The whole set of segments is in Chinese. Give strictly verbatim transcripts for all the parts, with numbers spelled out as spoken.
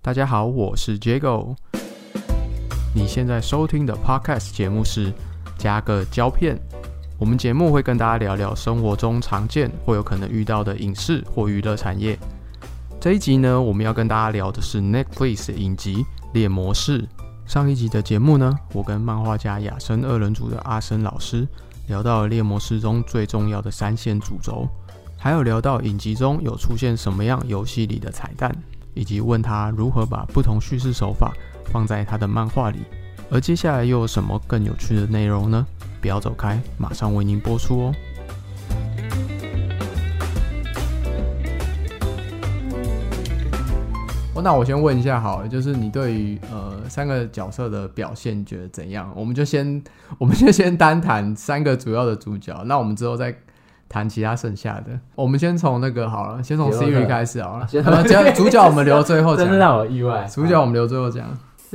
大家好，我是 Jago。你现在收听的 Podcast 节目是加个胶片。我们节目会跟大家聊聊生活中常见或有可能遇到的影视或娱乐产业。这一集呢，我们要跟大家聊的是 Netflix 的影集《猎魔士》。上一集的节目呢，我跟漫画家亚生二人组的阿生老师聊到了《猎魔士》中最重要的三线主轴，还有聊到影集中有出现什么样游戏里的彩蛋，以及问他如何把不同叙事手法放在他的漫画里。而接下来又有什么更有趣的内容呢？不要走开，马上为您播出哦。那我先问一下好了，就是你对于呃三个角色的表现觉得怎样？我们就先我们就先单谈三个主要的主角，那我们之后再谈其他剩下的。我们先从那个好了，先从 Siri 开始好了。啊、主角我们留最后讲， 真的让我意外。 主角我们留最后讲。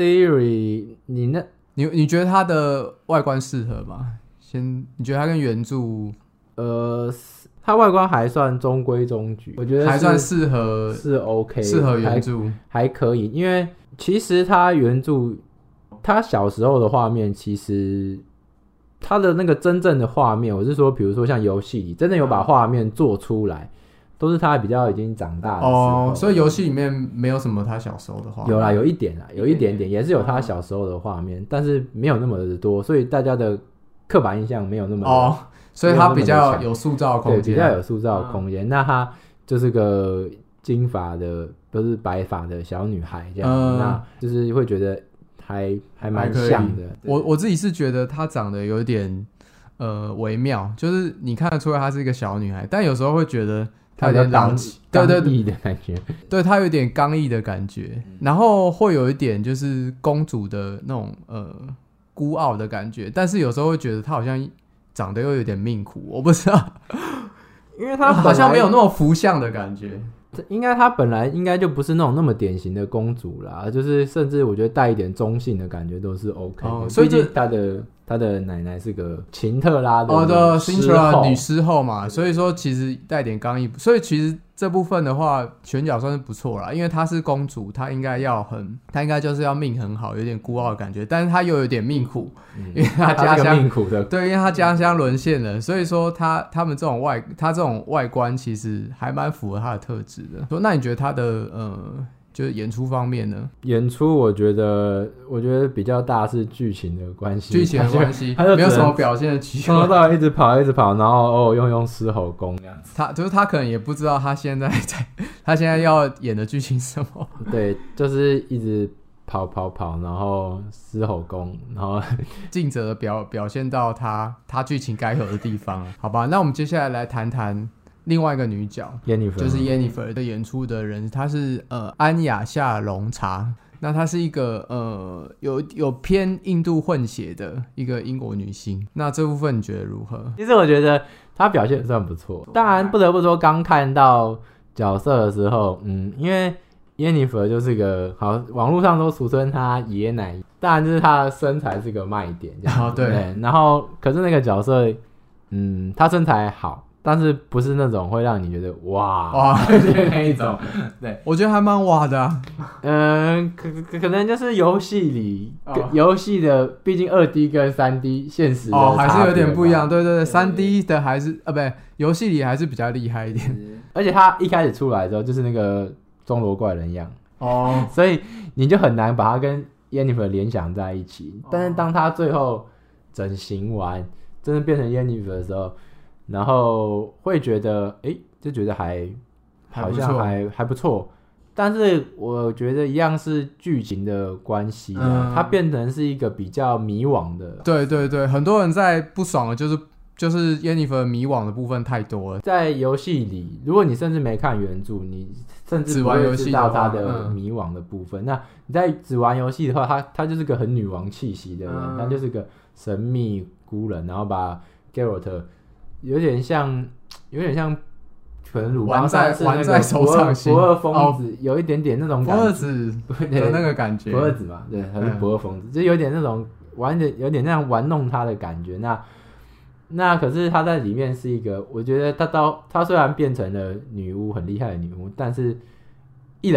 Siri， 你那， 你你觉得它的外观适合吗？先，你觉得它跟原著， 呃，它外观还算中规中矩，我觉得还算适合， 是 OK， 适合原著还，还可以。因为其实它原著，它小时候的画面，其实它的那个真正的画面，我是说，比如说像游戏里，真的有把画面做出来。都是他比较已经长大的时候， 哦，所以游戏里面没有什么他小时候的画面。 有啦，有一点啦，有一点点，也是有他小时候的画面，但是没有那么的多，所以大家的刻板印象没有那么哦，所以他比较有塑造空间， 对，比较有塑造空间。嗯、那他就是个金发的，不是白发的小女孩这样，嗯、那就是会觉得还还蛮像的。 我我自己是觉得她长得有点呃微妙，就是你看得出来她是一个小女孩，但有时候会觉得。他有点老气，对对对的感觉， 对他有点刚毅的感觉，嗯、然后会有一点就是公主的那种呃孤傲的感觉，但是有时候会觉得他好像长得又有点命苦，我不知道， 因为他好像没有那么福相的感觉。 应该他本来应该就不是那种那么典型的公主啦，就是甚至我觉得带一点中性的感觉都是 OK 的。哦、所以就他的他的奶奶是个秦特拉的哦的 Cintra 女狮后嘛，所以说其实带点刚毅，所以其实这部分的话选角算是不错啦，因为她是公主，她应该要很，她应该就是要命很好，有点孤傲的感觉，但是她又有点命苦，嗯、因为她家乡命苦的， 对，因为她家乡沦陷了，所以说她他们这种外，她这种外观其实还蛮符合她的特质的。说那你觉得她的呃？就是演出方面呢？ 演出我觉得，我觉得比较大是剧情的关系， 剧情的关系，他就没有什么表现的机会， 从头到尾一直跑，一直跑，然后哦用用狮吼功这样子。 他就是他可能也不知道他现在在，他现在要演的剧情是什么。 对，就是一直跑跑跑，然后狮吼功，然后尽责的表表现到他他剧情该有的地方，好吧？那我们接下来来谈谈。另外一个女角 Yennefer 就是 Yennefer 的演出的人，她是呃安雅夏龙查，那她是一个呃有有偏印度混血的一个英国女星。那这部分你觉得如何？ 其实我觉得她表现算不错，当然不得不说，刚看到角色的时候，嗯，因为 Yennefer 就是个好，网络上都俗称她爷奶，当然就是她的身材是个卖点这样、 哦、对, 对，然后可是那个角色，嗯，她身材好。但是不是那种会让你觉得哇哇那一种，对， 我觉得还蛮哇的、啊， 嗯，可可能就是游戏里游戏、哦、的，毕竟二 D 跟三 D 现实的哦还是有点不一样，对对对，三 D 的还是啊不对，游戏里还是比较厉害一点， 而且他一开始出来的时候就是那个钟楼怪人一样哦， 所以你就很难把他跟 Yennefer 联想在一起，哦、但是当他最后整形完，真的变成 Yennefer 的时候。然后会觉得，哎，就觉得还好像还还不错，但是我觉得一样是剧情的关系、啊嗯、它变成是一个比较迷惘的。 对对对，很多人在不爽的就是就是 Yennefer 迷惘的部分太多了。 在游戏里，如果你甚至没看原著，你甚至不会知道它的迷惘的部分。嗯、那你在只玩游戏的话，他他就是个很女王气息的人，他、嗯、就是个神秘孤人，然后把 Geralt。有点像，有点像，可能鲁邦三是那个不二疯子、哦，有一点点那种感觉，不二子的那个感觉， 不二子嘛，对，还是不二疯子，嗯、就有点那种玩的，有点那样玩弄他的感觉。那那可是他在里面是一个，我觉得他到他虽然变成了女巫，很厉害的女巫，但是一来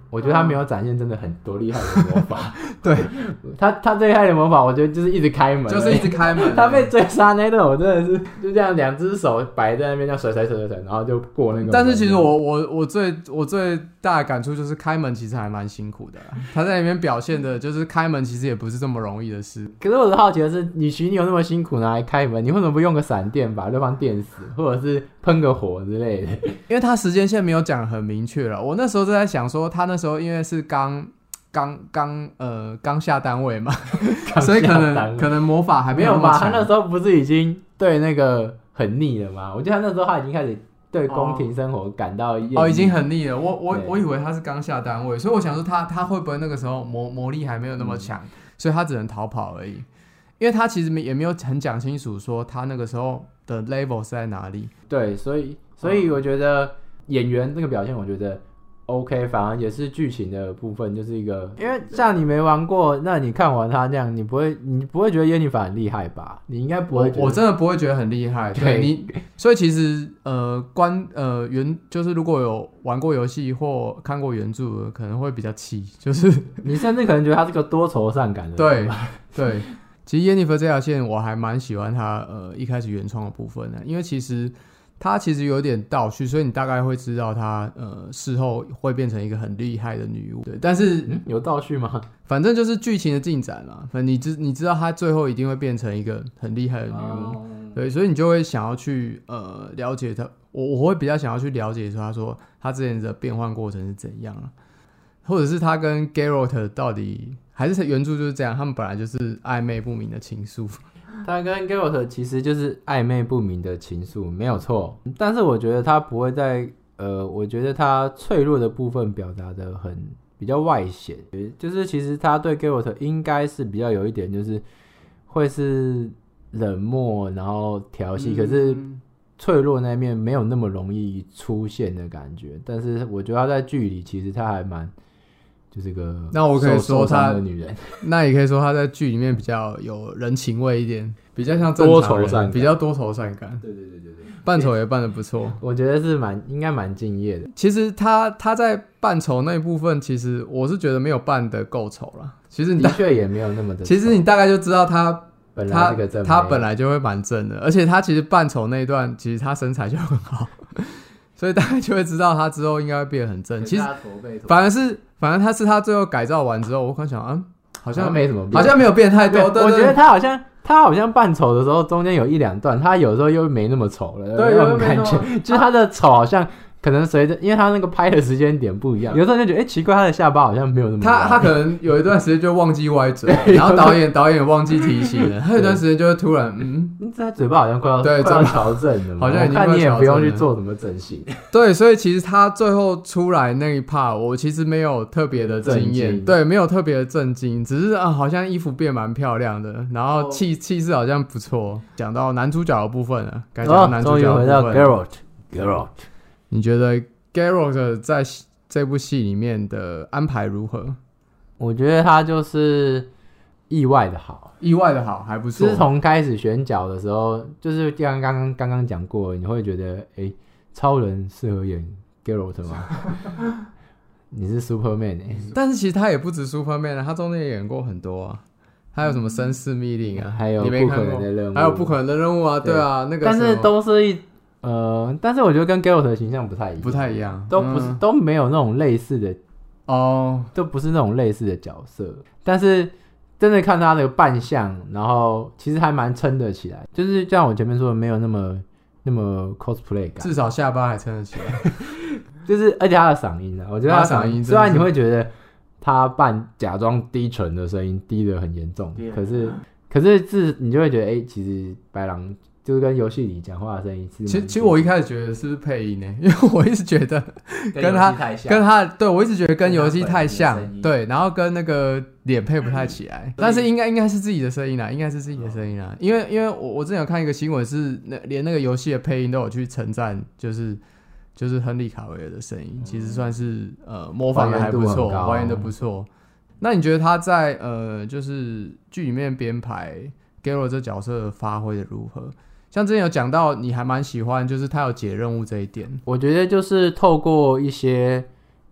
我觉得他没有展现真的很多厉害的魔法。 对， 他他最厉害的魔法，我觉得就是一直开门， 就是一直开门。 他被追杀那段，我真的是就这样两只手摆在那边，这样甩甩甩甩甩，然后就过那个门。 但是其实我我我最我最大的感触就是开门其实还蛮辛苦的啦。他在里面表现的就是开门其实也不是这么容易的事。 可是我的好奇的是，你徐你有那么辛苦拿来开门，你为什么不用个闪电把对方电死，或者是喷个火之类的？ 因为他时间线没有讲很明确了。我那时候就在想说，他那时候因为是刚刚刚呃刚下单位嘛，所以可能可能魔法还没有那么强。 他那时候不是已经对那个很腻了吗？我记得他那时候他已经开始对宫廷生活感到厌腻哦，已经很腻了。我我我以为他是刚下单位，所以我想说他他会不会那个时候魔魔力还没有那么强，嗯、所以他只能逃跑而已。因为他其实也没有很讲清楚说他那个时候的 level 是在哪里。 对，所以所以我觉得演员那个表现，我觉得 OK， 反而也是剧情的部分，就是一个，因为像你没玩过，那你看完他这样，你不会你不会觉得耶妮法很厉害吧？你应该不会觉得。 我, 我真的不会觉得很厉害。对你，所以其实呃观呃原就是如果有玩过游戏或看过原著的，可能会比较气，就是你甚至可能觉得他是个多愁善感的人。对对。其实耶妮弗这条线我还蛮喜欢他呃一开始原创的部分的，因为其实他其实有点倒叙，所以你大概会知道他呃事后会变成一个很厉害的女巫。对，但是、 嗯、有倒叙吗？ 反正就是剧情的进展嘛，反正你知你知道他最后一定会变成一个很厉害的女巫。哦、对，所以你就会想要去呃了解他，我我会比较想要去了解说他说他之前的变换过程是怎样啊，或者是他跟 Geralt 到底。还是原著就是这样，他们本来就是暧昧不明的情愫。 他跟 Geralt 其实就是暧昧不明的情愫，没有错。但是我觉得他不会在呃，我觉得他脆弱的部分表达的很比较外显，就是其实他对 Geralt 应该是比较有一点，就是会是冷漠，然后调戏、嗯，可是脆弱那面没有那么容易出现的感觉。但是我觉得他在剧里其实他还蛮。就是个那我可以说他的女人， 那也可以说他在剧里面比较有人情味一点，比较像正常人，多愁善感，比较多愁善感。 对对对对对， 扮丑也扮得不错， 我觉得是蛮应该蛮敬业的。 其实他他在扮丑那一部分，其实我是觉得没有扮得够丑啦。其实你的确也没有那么的， 其实你大概就知道他本来是个正妹， 他本来就会蛮正的，而且他其实扮丑那一段，其实他身材就很好。所以大家就会知道他之后应该会变得很正。其实反而是，反而他是他最后改造完之后，我刚想，嗯，好像没什么变， 好像没有变太多。对对对， 我觉得他好像他好像扮丑的时候，中间有一两段，他有时候又没那么丑了， 对， 有那种感觉，就是他的丑好像。可能随着，因为他那个拍的时间点不一样，有时候就觉得，哎、欸，奇怪，他的下巴好像没有那么他他可能有一段时间就忘记歪嘴，然后导演导演忘记提醒了，他有一段时间就会突然，嗯， 他嘴巴好像快要对快要矫正了嘛， 好像已经看你也不用去做什么整形。 对，所以其实他最后出来那一 part， 我其实没有特别的惊艳，对，没有特别的震惊，只是啊，好像衣服变蛮漂亮的，然后气气势好像不错。讲到男主角的部分了，该讲到男主角的部分。 终于回到 Geralt，Geralt， 你觉得 Geralt 在这部戏里面的安排如何？ 我觉得他就是意外的好， 意外的好，还不错。 自从开始选角的时候，就是刚刚刚刚讲过，你会觉得，哎、欸，超人适合演 Geralt 吗？你是 Superman 哎、欸， 但是其实他也不止 Superman 啊，他中间也演过很多啊。还有什么绅士密令啊？ 还有不可能的任务， 还有不可能的任务啊！对, 对啊，那个但是都是一呃，但是我觉得跟 Geralt 的形象不太一样， 不太一样， 都不是、嗯、都没有那种类似的哦， 都不是那种类似的角色。但是真的看他的扮相，然后其实还蛮撑得起来，就是像我前面说的，没有那么那么 cosplay 感， 至少下巴还撑得起来。 就是而且他的嗓音啊，我觉得他的嗓音，虽然你会觉得他扮假装低沉的声音低得很严重，可是可是自你就会觉得，哎、欸，其实白狼就是跟游戏里讲话的声音是。 其实其实我一开始觉得是不是配音呢？因为我一直觉得跟他跟他对我一直觉得跟游戏太像，对，然后跟那个脸配不太起来。但是应该应该是自己的声音啦，应该是自己的声音啦。因为因为我我之前有看一个新闻是，那连那个游戏的配音都有去称赞，就是就是亨利卡维尔的声音，其实算是呃模仿的还不错，还原的不错。那你觉得他在呃就是剧里面编排 Geralt 这角色发挥的如何？像之前有讲到，你还蛮喜欢，就是他有解任务这一点。 我觉得就是透过一些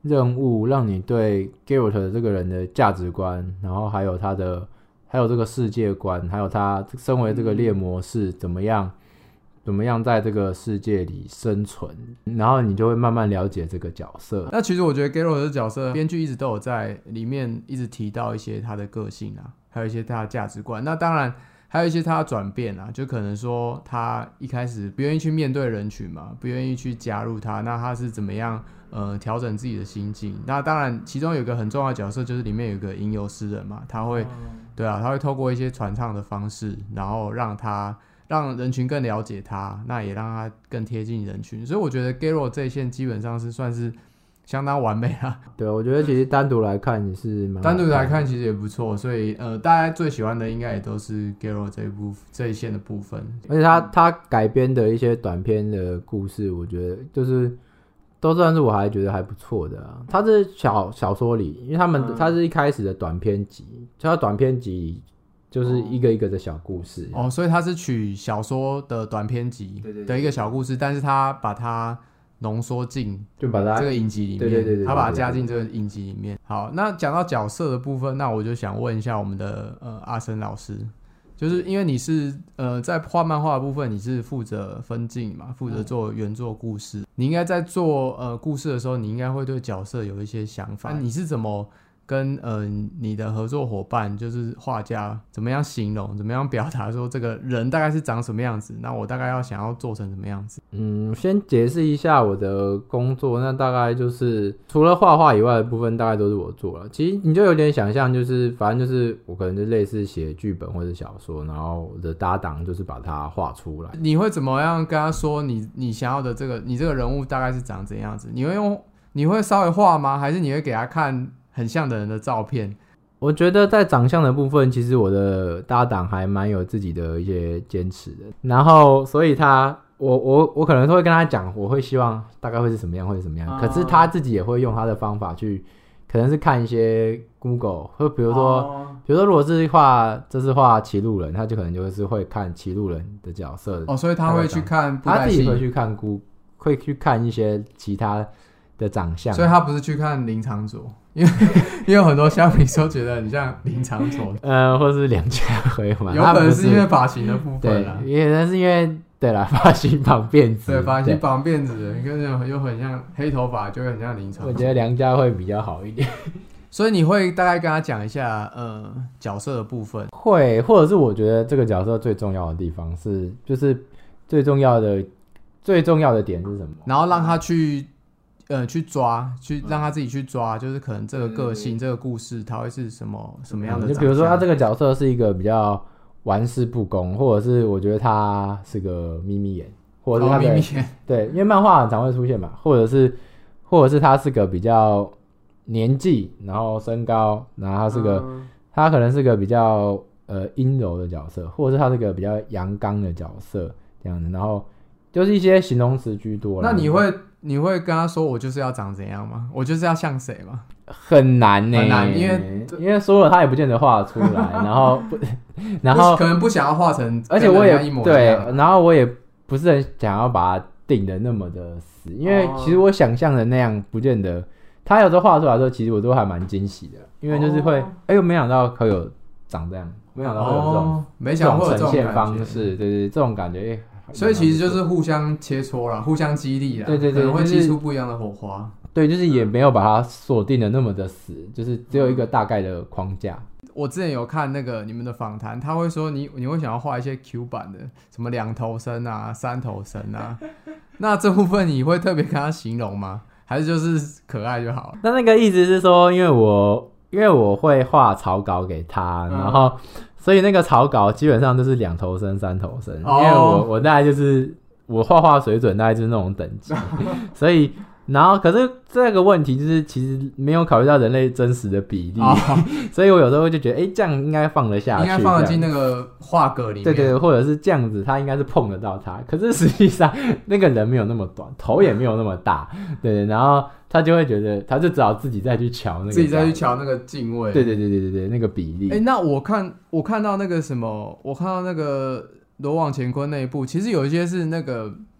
任务，让你对 Geralt 这个人的价值观，然后还有他的还有这个世界观，还有他身为这个猎魔士怎么样怎么样在这个世界里生存，然后你就会慢慢了解这个角色。 那其实我觉得 Geralt 的角色编剧一直都有在里面一直提到一些他的个性啊，还有一些他的价值观，那当然还有一些他的转变啊，就可能说他一开始不愿意去面对人群嘛，不愿意去加入他，那他是怎么样呃调整自己的心境。那当然其中有一个很重要的角色就是里面有一个吟游诗人嘛，他会、嗯、对啊，他会透过一些传唱的方式，然后让他让人群更了解他，那也让他更贴近人群，所以我觉得 Geralt 这一线基本上是算是相当完美啦。 对，我觉得其实单独来看也是蛮好看的， 单独来看其实也不错，所以呃，大家最喜欢的应该也都是 Geralt 这一部这一线的部分。 而且他他改编的一些短篇的故事，我觉得就是都算是我还觉得还不错的啊。他是小小说里，因为他们、嗯、他是一开始的短篇集，就他短篇集就是一个一个的小故事哦，所以他是取小说的短篇集的一个小故事，对对对对，但是他把它浓缩进就把它这个影集里面，对对 对, 对, 对, 对, 对，他把它加进这个影集里面。好，那讲到角色的部分，那我就想问一下我们的呃阿森老师，就是因为你是呃在画漫画的部分，你是负责分镜嘛，负责做原作故事，嗯、你应该在做呃故事的时候，你应该会对角色有一些想法，你是怎么跟呃你的合作伙伴就是画家怎么样形容怎么样表达说这个人大概是长什么样子，那我大概要想要做成什么样子？ 嗯，先解释一下我的工作，那大概就是除了画画以外的部分大概都是我做了。其实你就有点想象，就是反正就是我可能就类似写剧本或者小说，然后我的搭档就是把它画出来。 你会怎么样跟他说你你想要的这个你这个人物大概是长怎样子？你会用你会稍微画吗？还是你会给他看很像的人的照片？ 我觉得在长相的部分，其实我的搭档还蛮有自己的一些坚持的。然后，所以他，我我我可能会跟他讲，我会希望大概会是什么样，会是什么样。哦、可是他自己也会用他的方法去，可能是看一些 Google， 或比如说，哦、比如说如果是画，这是画骑路人，他就可能就是会看骑路人的角色。 哦，所以他会去看布袋戏， 他自己会去看 Google， 会去看一些其他的长相。 所以他不是去看林长佐。因为因为有很多乡民都觉得很像林长佐， 呃，或是梁家辉嘛， 有可能是因为发型的部分啦， 对，也那是因为对啦，发型绑辫子， 对，发型绑辫子的，你看又很像黑头发，就很像林长佐。 我觉得梁家辉比较好一点， 所以你会大概跟他讲一下呃角色的部分， 会，或者是我觉得这个角色最重要的地方是，就是最重要的最重要的点是什么， 然后让他去。呃，去抓，去让他自己去抓，就是可能这个个性、嗯、这个故事，他会是什么什么样的、嗯？ 就比如说，他这个角色是一个比较玩世不恭，或者是我觉得他是个眯眯眼，或者是他的、哦、眯眯眼，对，因为漫画很常会出现嘛，或者是或者是他是个比较年纪，然后身高，然后他是个、嗯、他可能是个比较呃阴柔的角色，或者是他是个比较阳刚的角色这样子，然后就是一些形容词居多。 那你会？你会跟他说我就是要长怎样吗？我就是要像谁吗？ 很难呢、欸， 很难，因为因为说了他也不见得画得出来，然后然后可能不想要画成， 而且我也对，然后我也不是很想要把它定的那么的死，因为其实我想象的那样不见得，他有时候画出来的时候，其实我都还蛮惊喜的，因为就是会，哎呦，没想到会有长这样，没想到会有这种， 哦、没想到会有这种呈现方式，对对，这种感觉。欸所以其实就是互相切磋啦，互相激励啦， 对对对， 可能会激出不一样的火花。 对，就是也没有把它锁定的那么的死，就是只有一个大概的框架。 我之前有看那个你们的访谈，他会说你你会想要画一些 Q 版的，什么两头身啊、三头身啊，那这部分你会特别跟他形容吗？还是就是可爱就好了？ 那那个意思是说，因为我因为我会画草稿给他，然后。嗯所以那个草稿基本上都是两头身、三头身，哦、因为我我大概就是我画画水准大概就是那种等级，所以然后可是这个问题就是其实没有考虑到人类真实的比例，哦、所以我有时候就觉得，哎，这样应该放得下去， 应该放得进那个画格里面， 对对对，或者是这样子，他应该是碰得到他，可是实际上那个人没有那么短，头也没有那么大，对对，然后。他就会觉得，他就只好自己再去瞧那个， 自己再去瞧那个镜位， 对对对对对对，那个比例。 哎、欸，那我看我看到那个什么，我看到那个罗网乾坤那一部，其实有一些是那个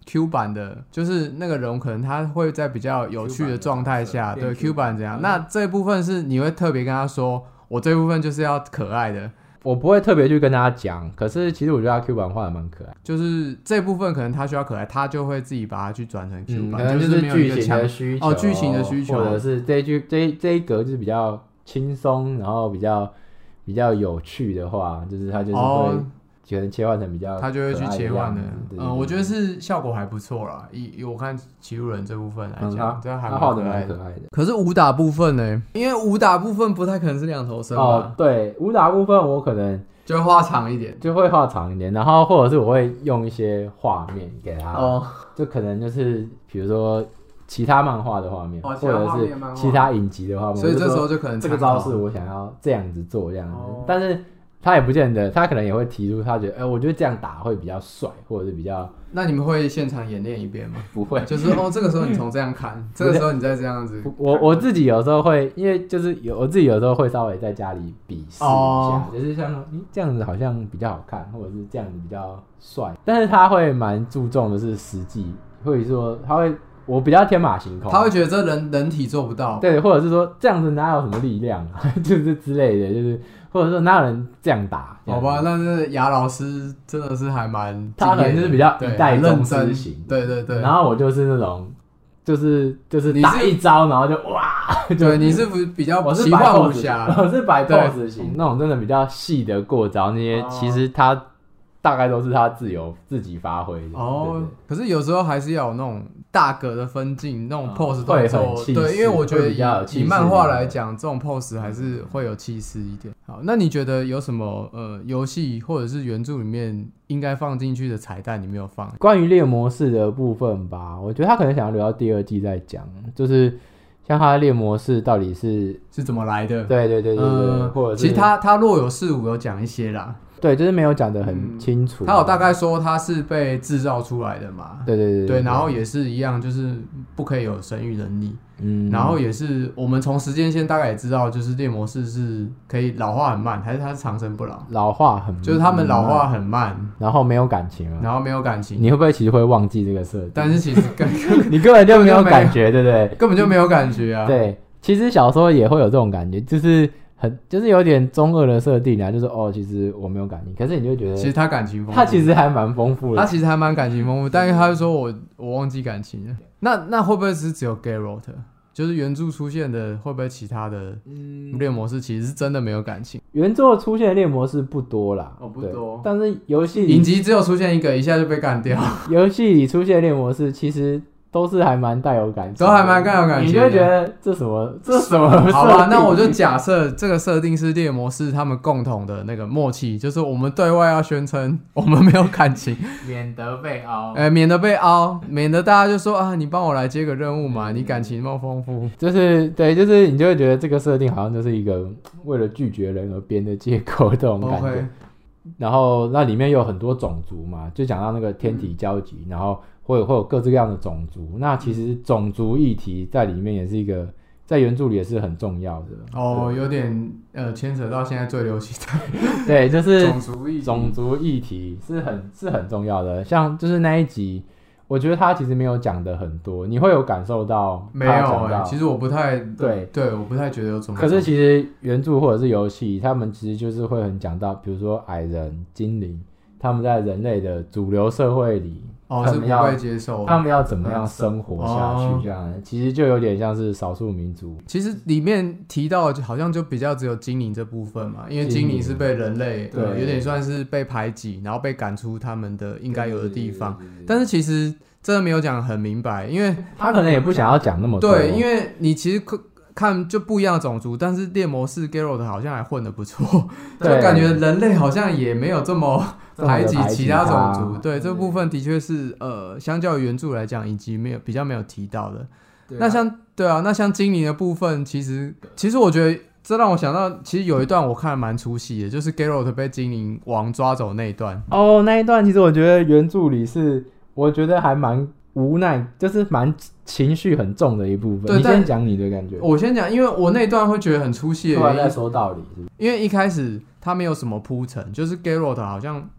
Q 版的，就是那个人可能他会在比较有趣的状态下，对 Q 版怎样？那这一部分是你会特别跟他说，我这部分就是要可爱的。 我不会特别去跟他讲，可是其实我觉得他 Q 版画的蛮可爱， 就是这部分可能他需要可爱，他就会自己把它去转成 Q 版， 嗯、可能就是剧情的需求， 哦，剧情的需求， 或者是这一句这一这一格就是比较轻松，然后比较比较有趣的话，就是他就是会。哦可能切换成比较， 他就会去切换的， 嗯、 呃，我觉得是效果还不错啦。以以我看骑路人这部分来讲，这、嗯、还蛮可爱的。 可是武打部分呢？因为武打部分不太可能是两头身吧？ 哦，对，武打部分我可能就会画长一点， 就会画长一点，然后或者是我会用一些画面给他，哦，就可能就是比如说其他漫画的画面， 哦、 或者是其他影集的画面， 所以这时候就可能这个招式我想要这样子做这样子，哦、但是。他也不见得，他可能也会提出他觉得，哎、欸，我觉得这样打会比较帅，或者是比较。 那你们会现场演练一遍吗？ 不会， 就是哦，这个时候你从这样看，这个时候你再这样子。 我我自己有时候会，因为就是有我自己有时候会稍微在家里比试一下，哦、就是像嗯这样子好像比较好看，或者是这样子比较帅。但是他会蛮注重的是实际，或者说他会。我比较天马行空， 他会觉得这人人体做不到， 对，或者是说这样子哪有什么力量啊，就是之类的，就是或者说哪有人这样打？ 好吧，那是牙老师真的是还蛮， 他可能就是比较一代宗师型， 对对对。 然后我就是那种，就是就是打一招，然后就哇， 对，你是比较奇幻武侠， 我是摆 pose 型，那种真的比较细的过招，那些其实他。大概都是他自由自己发挥的哦， 对对，可是有时候还是要有那种大格的分镜，那种 pose 动作，对，因为我觉得 以, 以漫画来讲，这种 pose 还是会有气势一点。好，那你觉得有什么呃游戏或者是原著里面应该放进去的彩蛋你没有放？ 关于猎魔士的部分吧，我觉得他可能想要留到第二季再讲，就是像他的猎魔士到底是是怎么来的？ 对对对对对，呃、或者其实他他若有似无有讲一些啦。 对，就是没有讲得很清楚、嗯。 他有大概说他是被制造出来的嘛？ 对对 对, 对, 对, 对，然后也是一样，就是不可以有生育能力。嗯，然后也是我们从时间线大概也知道，就是猎魔士是可以老化很慢，还是他是长生不老？ 老化很慢， 就是他们老化很慢， 然后没有感情了， 然后没有感情。 你会不会其实会忘记这个设定？ 但是其实根你根本就没有感觉，对不对？ 根本就没有感觉啊。 对，其实小时候也会有这种感觉，就是。很就是有点中二的设定啊，就是哦，其实我没有感情，可是你就觉得其实他感情丰富， 他其实还蛮丰富的， 他其实还蛮感情丰富，但是他就说我我忘记感情了。那那会不会是只有 Geralt？ 就是原著出现的，会不会其他的猎魔士其实是真的没有感情？ 原作出现的猎魔士不多啦， 哦不多， 但是游戏影集只有出现一个，一下就被干掉。 游戏里出现的猎魔士其实。都是还蛮带有感情， 都还蛮带有感情， 你就会觉得这什么这什么？ 好吧，那我就假设这个设定是猎魔士他们共同的那个默契，就是我们对外要宣称我们没有感情， 免得被凹， 哎、欸，免得被凹，免得大家就说啊，你帮我来接个任务嘛，你感情那么丰富， 就是对，就是你就会觉得这个设定好像就是一个为了拒绝人而编的借口这种感觉。Okay. 然后那里面有很多种族嘛，就讲到那个天体交集，嗯、然后。会有会有各式各样的种族，那其实种族议题在里面也是一个，在原著里也是很重要的。 哦，有点呃牵扯到现在最流行的， 对，就是种族议题， 种族议题是很是很重要的。像就是那一集，我觉得他其实没有讲的很多，你会有感受到没有、欸？其实我不太对对，我不太觉得有种。 可是其实原著或者是游戏，他们其实就是会很讲到，比如说矮人、精灵，他们在人类的主流社会里。 哦，是不被接受， 他们要怎么样生活下去？这样、哦、其实就有点像是少数民族。 其实里面提到的好像就比较只有精灵这部分嘛，因为精灵是被人类对、呃、有点算是被排挤，然后被赶出他们的应该有的地方。但是其实真的没有讲很明白，因为他可能也不想要讲那么多。 对，因为你其实看就不一样的种族，但是猎魔士 Geralt 好像还混得不错，就感觉人类好像也没有这么排挤其他种族。对，这部分的确是呃，相较于原著来讲，以及没有比较没有提到的。啊、那像对啊，那像精灵的部分，其实其实我觉得这让我想到，其实有一段我看蛮出戏的，就是 Geralt 被精灵王抓走那一段。 哦，那一段其实我觉得原著里是，我觉得还蛮无奈，就是蛮情绪很重的一部分。你先讲你的感觉。 我先讲，因为我那段会觉得很出戏的原因。 突然在说道理是不是？ 因为一开始他没有什么铺陈，就是 Geralt 好像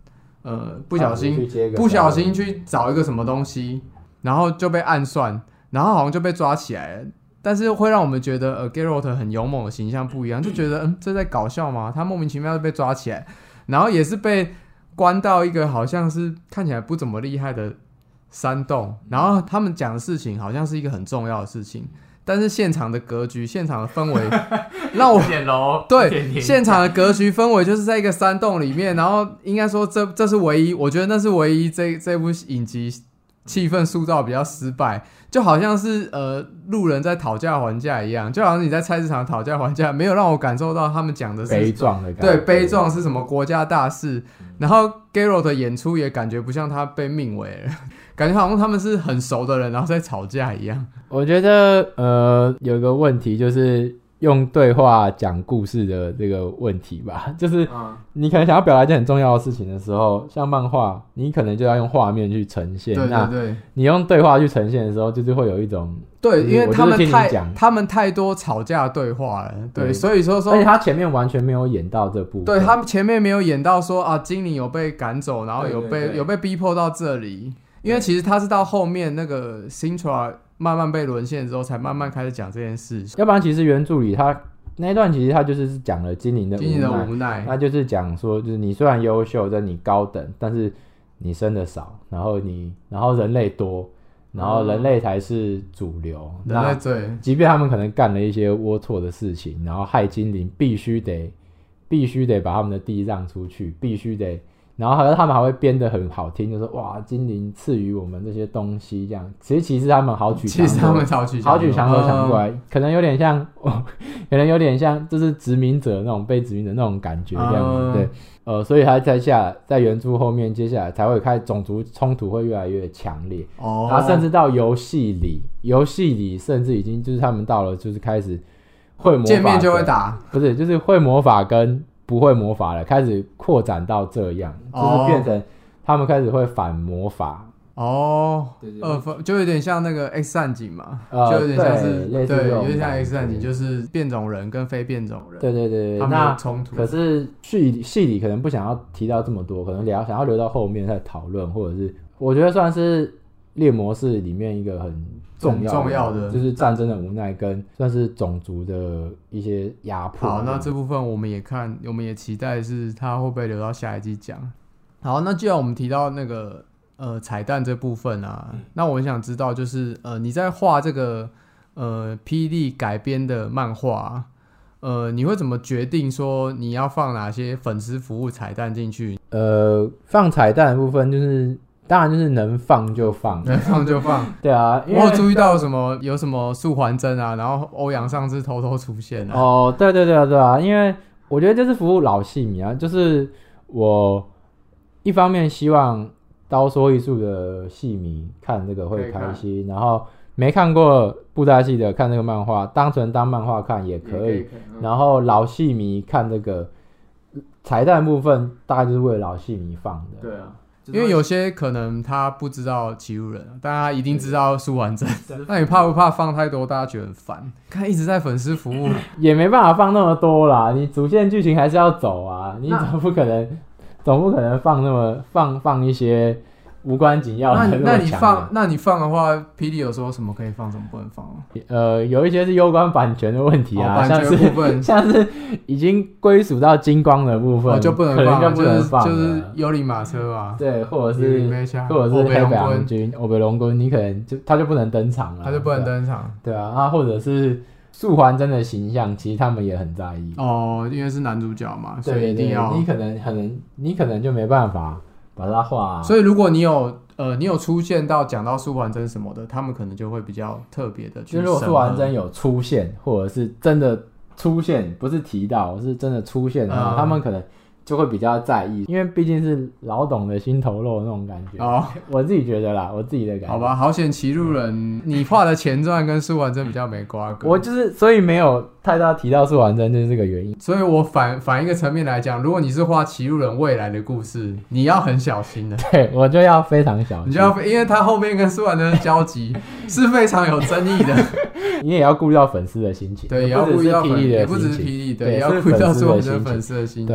呃不小心不小心去找一个什么东西，然后就被暗算，然后好像就被抓起来了。但是会让我们觉得呃 Geralt 很勇猛的形象不一样，就觉得嗯这在搞笑吗？他莫名其妙就被抓起来，然后也是被关到一个好像是看起来不怎么厉害的山洞，然后他们讲的事情好像是一个很重要的事情，但是现场的格局、现场的氛围让我点楼对现场的格局氛围就是在一个山洞里面，然后应该说这这是唯一，我觉得那是唯一这这部影集气氛塑造比较失败，就好像是呃路人在讨价还价一样，就好像你在菜市场讨价还价，没有让我感受到他们讲的是悲壮的感觉， 对，悲壮是什么国家大事，然后 Geralt 的演出也感觉不像他被命为了，感觉好像他们是很熟的人，然后在吵架一样。 我觉得呃有个问题就是用对话讲故事的这个问题吧，就是你可能想要表达一件很重要的事情的时候，像漫画你可能就要用画面去呈现， 对对对， 那你用对话去呈现的时候就是会有一种对，因为他们太讲他们太多吵架对话了， 对, 对，所以说说而且他前面完全没有演到这部分， 对，他们前面没有演到说啊精灵有被赶走，然后有被对对对有被逼迫到这里，因为其实他是到后面那个 Sintra 慢慢被沦陷之后才慢慢开始讲这件事， 要不然其实原著里他那一段其实他就是讲了精灵的无奈， 精灵的无奈， 那就是讲说，就是你虽然优秀，但你高等，但是你生的少，然后你，然后人类多，然后人类才是主流， 嗯、人类对， 即便他们可能干了一些龌龊的事情，然后害精灵，必须得，必须得把他们的地让出去，必须得。然后他们还会编得很好听，就说哇，精灵赐予我们这些东西，这样。其实其实他们好取强夺， 其实他们好取好取强夺抢过来，嗯、可能有点像，哦、可能有点像，就是殖民者那种被殖民者那种感觉这样子，嗯、对。呃，所以他在下在原著后面，接下来才会开始种族冲突会越来越强烈，哦，然后甚至到游戏里，游戏里甚至已经就是他们到了就是开始会魔法， 见面就会打， 不是，就是会魔法跟不会魔法了，开始扩展到这样，就是变成他们开始会反魔法。 哦，对对对，呃，就有点像那个 X 战警嘛，呃、就有点像是 对, 对，有点像 X 战警，就是变种人跟非变种人， 对对对， 他们的冲突。 可是戏戏里可能不想要提到这么多，可能聊想要留到后面再讨论，或者是我觉得算是猎魔士里面一个很重要的，重要的就是战争的无奈跟算是种族的一些压迫。 好，那这部分我们也看，我们也期待是他会不会留到下一季讲。好，那既然我们提到那个呃彩蛋这部分啊，嗯、那我很想知道就是呃你在画这个呃霹雳改编的漫画，呃你会怎么决定说你要放哪些粉丝服务彩蛋进去？ 呃，放彩蛋的部分就是。当然就是能放就放， 能放就放。 对啊，因为我有注意到什么有什么素还真啊，然后欧阳上次偷偷出现啊。 哦，对对对啊，对啊，因为我觉得这是服务老戏迷啊，就是我一方面希望刀说艺术的戏迷看这个会开心，然后没看过布袋戏的看这个漫画，单纯当漫画看也可以。可以可以嗯、然后老戏迷看这个彩蛋部分，大概就是为了老戏迷放的。 对啊。因为有些可能他不知道骑路人，但他一定知道苏完真。那你怕不怕放太多，大家觉得很烦？看一直在粉丝服务， 也没办法放那么多啦。你主线剧情还是要走啊，你总不可能，总不可能放那么放放一些无关紧要的那么强的。 那你放，那你放的话，霹雳有说什么可以放，什么不能放吗？ 呃，有一些是有关版权的问题啊， 哦、版权部分像是像是已经归属到金光的部分， 哦、就不能放，可能就不能放， 就是就是幽灵马车嘛， 对，或者是或者是黑白郎君、欧北龙君，你可能就他就不能登场了， 他就不能登场， 对啊，啊，或者是素还真的形象，其实他们也很在意哦，因为是男主角嘛， 所以一定要， 你可能可能你可能就没办法把它画、啊， 所以如果你有。呃，你有出现到讲到素还真什么的，他们可能就会比较特别的去审核。 就如果素还真有出现，或者是真的出现，不是提到，是真的出现的话、嗯，他们可能就会比较在意，因为毕竟是老董的心头肉那种感觉。哦，我自己觉得啦，我自己的感觉。 好吧，好险骑路人，你画的前传跟素还真比较没瓜葛。 我就是所以没有太大提到素还真，就是这个原因。 所以我反反一个层面来讲，如果你是画骑路人未来的故事，你要很小心的。 对，我就要非常小心。 你就要，因为他后面跟素还真的交集是非常有争议的。 你也要顾虑到粉丝的心情， 对，也要顾虑到霹雳的， 也不只是霹雳，对，也要顾虑到素还真粉丝的心情， 对啊。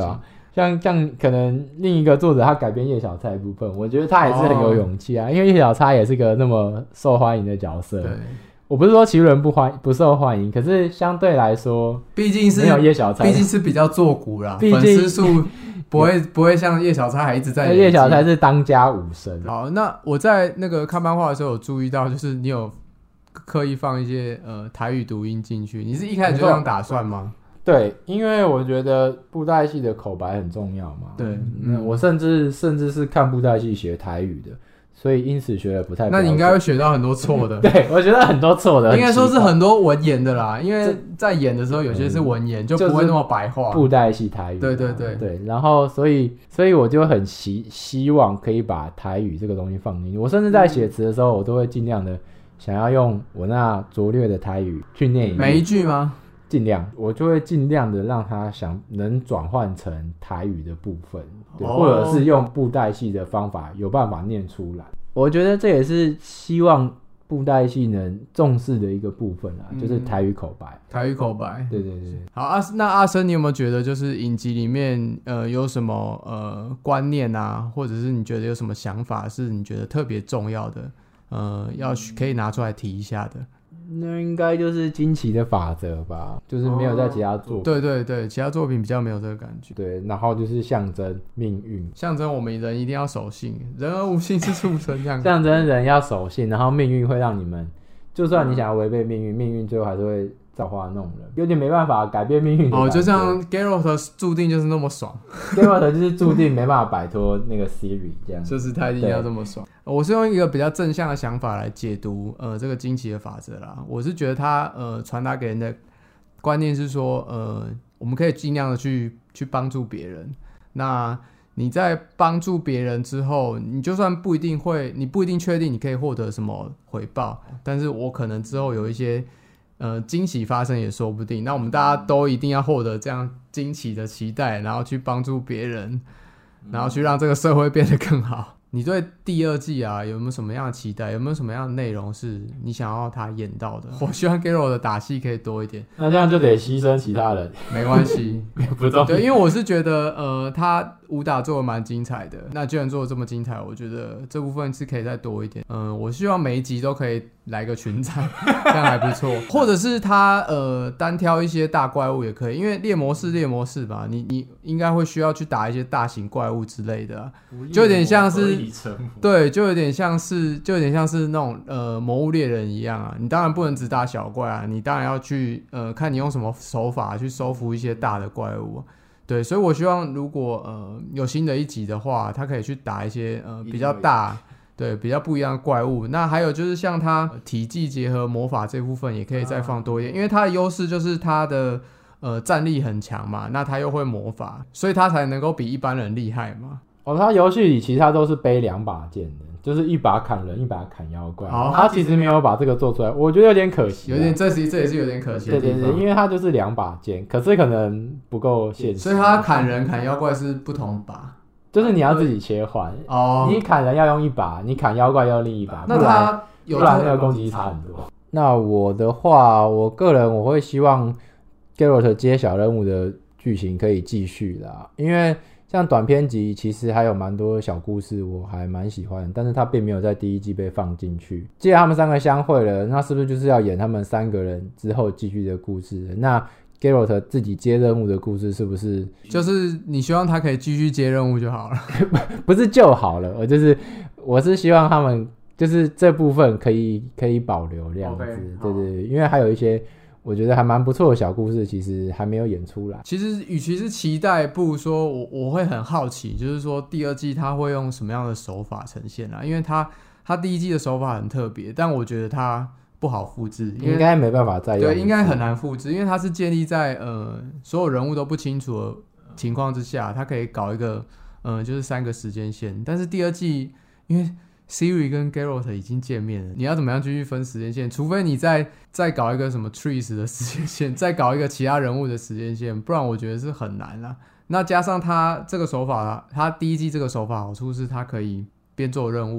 像像可能另一个作者他改编叶小钗的部分，我觉得他也是很有勇气啊，哦、因为叶小钗也是个那么受欢迎的角色。 对， 我不是说其余人不欢不受欢迎，可是相对来说， 毕竟是没有叶小钗， 毕竟是比较做古啦， 粉丝数不会不会像叶小钗还一直在。 叶小钗是当家武神。 好，那我在那个看漫画的时候有注意到，就是你有刻意放一些呃台语读音进去，你是一开始就这样打算吗？ 对，因为我觉得布袋戏的口白很重要嘛。 对， 嗯，我甚至甚至是看布袋戏学台语的，所以因此学的不太标准。 那你应该会学到很多错的。 对，我觉得很多错的， 应该说是很多文言的啦，因为在演的时候有些是文言，就不会那么白话。 布袋戏台语， 对对对对，然后所以所以我就很希希望可以把台语这个东西放进去。我甚至在写词的时候，我都会尽量的想要用我那拙劣的台语去念一遍每一句吗？ 尽量，我就会尽量的让他想能转换成台语的部分，对，哦、或者是用布袋戏的方法有办法念出来。我觉得这也是希望布袋戏能重视的一个部分啊，嗯、就是台语口白。 台语口白， 对对对。 好，阿那阿生，你有没有觉得就是影集里面呃有什么呃观念啊，或者是你觉得有什么想法是你觉得特别重要的，呃，要可以拿出来提一下的？ 那应该就是惊奇的法则吧，就是没有在其他作品、哦、 对对对，其他作品比较没有这个感觉。 对，然后就是象征命运， 象征我们人一定要守信，人而无信是畜生这样。 象征人要守信，然后命运会让你们，就算你想要违背命运，命运最后还是会造化弄人，有点没办法改变命运的。 哦，就像 Geralt 注定就是那么爽 ，Geralt 就是注定没办法摆脱那个 Ciri 这样， 就是他一定要这么爽。我是用一个比较正向的想法来解读呃这个惊奇的法则啦。我是觉得他呃传达给人的观念是说，呃我们可以尽量的去去帮助别人。那你在帮助别人之后，你就算不一定会，你不一定确定你可以获得什么回报，但是我可能之后有一些呃惊喜发生也说不定。那我们大家都一定要获得这样惊奇的期待，然后去帮助别人，然后去让这个社会变得更好。你对第二季啊有没有什么样的期待？有没有什么样的内容是你想要他演到的？我希望 Geralt 的打戏可以多一点。 那这样就得牺牲其他人， 没关系， 不重要。 对，因为我是觉得呃他武打做的蛮精彩的，那既然做的这么精彩，我觉得这部分是可以再多一点。嗯、呃，我希望每一集都可以来个群战，这样还不错。或者是他呃单挑一些大怪物也可以，因为猎魔士猎魔士吧，你你应该会需要去打一些大型怪物之类的、啊，就有点像是对，就有点像是就有点像是那种呃魔物猎人一样啊。你当然不能只打小怪啊，你当然要去呃看你用什么手法去收服一些大的怪物、啊。对，所以我希望如果呃有新的一集的话，他可以去打一些呃比较大，对，比较不一样的怪物。那还有就是像他体技结合魔法这部分，也可以再放多一点，因为他的优势就是他的呃战力很强嘛，那他又会魔法，所以他才能够比一般人厉害嘛。 哦，他游戏里其实他都是背两把剑的，就是一把砍人，一把砍妖怪。 哦、 他其实没有把这个做出来，我觉得有点可惜、啊。 有点，这是这也是有点可惜的地方。 对对对，因为他就是两把剑，可是可能不够现实。 所以他砍人砍妖怪是不同把， 就是你要自己切换。哦，你砍人要用一把，你砍妖怪要另一把。 那他有不然那个攻击差很多。那我的话，我个人我会希望 Geralt 接小任务的剧情可以继续啦，因为像短篇集其实还有蛮多小故事我还蛮喜欢，但是他并没有在第一季被放进去。既然他们三个相会了，那是不是就是要演他们三个人之后继续的故事？那 Geralt 自己接任务的故事是不是就是你希望他可以继续接任务就好了？ 不是就好了，我就是我是希望他们就是这部分可以可以保留这样子， okay, 对对对，因为还有一些我觉得还蛮不错的小故事，其实还没有演出来。 其实与其是期待，不如说我我会很好奇，就是说第二季他会用什么样的手法呈现啦？因为他他第一季的手法很特别，但我觉得他不好复制， 应该没办法再用。 对，应该很难复制，因为它是建立在呃所有人物都不清楚的情况之下，它可以搞一个呃就是三个时间线。但是第二季因为Ciri 跟 Geralt 已经见面了，你要怎么样继续分时间线？除非你再再搞一个什么 Trees 的时间线，再搞一个其他人物的时间线，不然我觉得是很难啦。那加上他这个手法，他第一季这个手法好处是他可以边做任务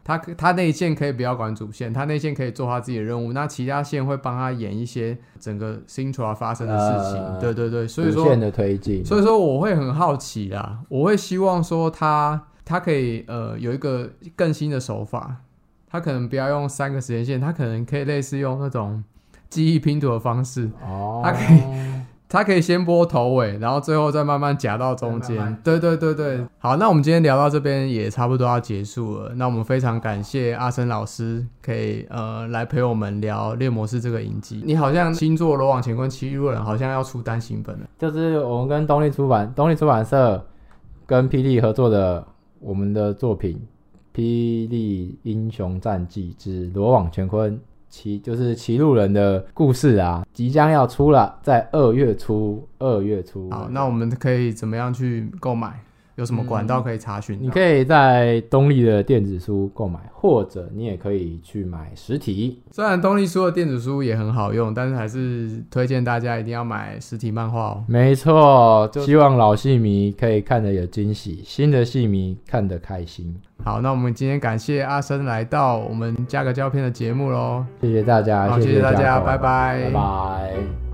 他他内线可以不要管主线，他内线可以做他自己的任务，那其他线会帮他演一些整个 Sintra 发生的事情、呃、对对对，所以说主线的推进， 所以说我会很好奇啦，我会希望说他他可以呃有一个更新的手法，他可能不要用三个时间线，他可能可以类似用那种记忆拼图的方式，哦，他可以他可以先播头尾，然后最后再慢慢夹到中间。对对对对，好，那我们今天聊到这边也差不多要结束了。那我们非常感谢阿生老师可以呃来陪我们聊猎魔士这个影集。你好像星座罗网乾坤七路人好像要出单行本了， 就是我们跟东立出版东立出版社跟霹雳合作的我们的作品《霹雳英雄战记之罗网乾坤》。骑就是骑路人的故事啊，即将要出了，在二月初，二月初。 好，那我们可以怎么样去购买？有什么管道可以查询、嗯？ 你可以在东立的电子书购买，或者你也可以去买实体。 虽然东立书的电子书也很好用，但是还是推荐大家一定要买实体漫画哦。 没错，希望老戏迷可以看得有惊喜，新的戏迷看得开心。 好，那我们今天感谢阿生来到我们加个胶片的节目咯， 谢谢大家， 好，谢谢大家，拜拜， 拜拜。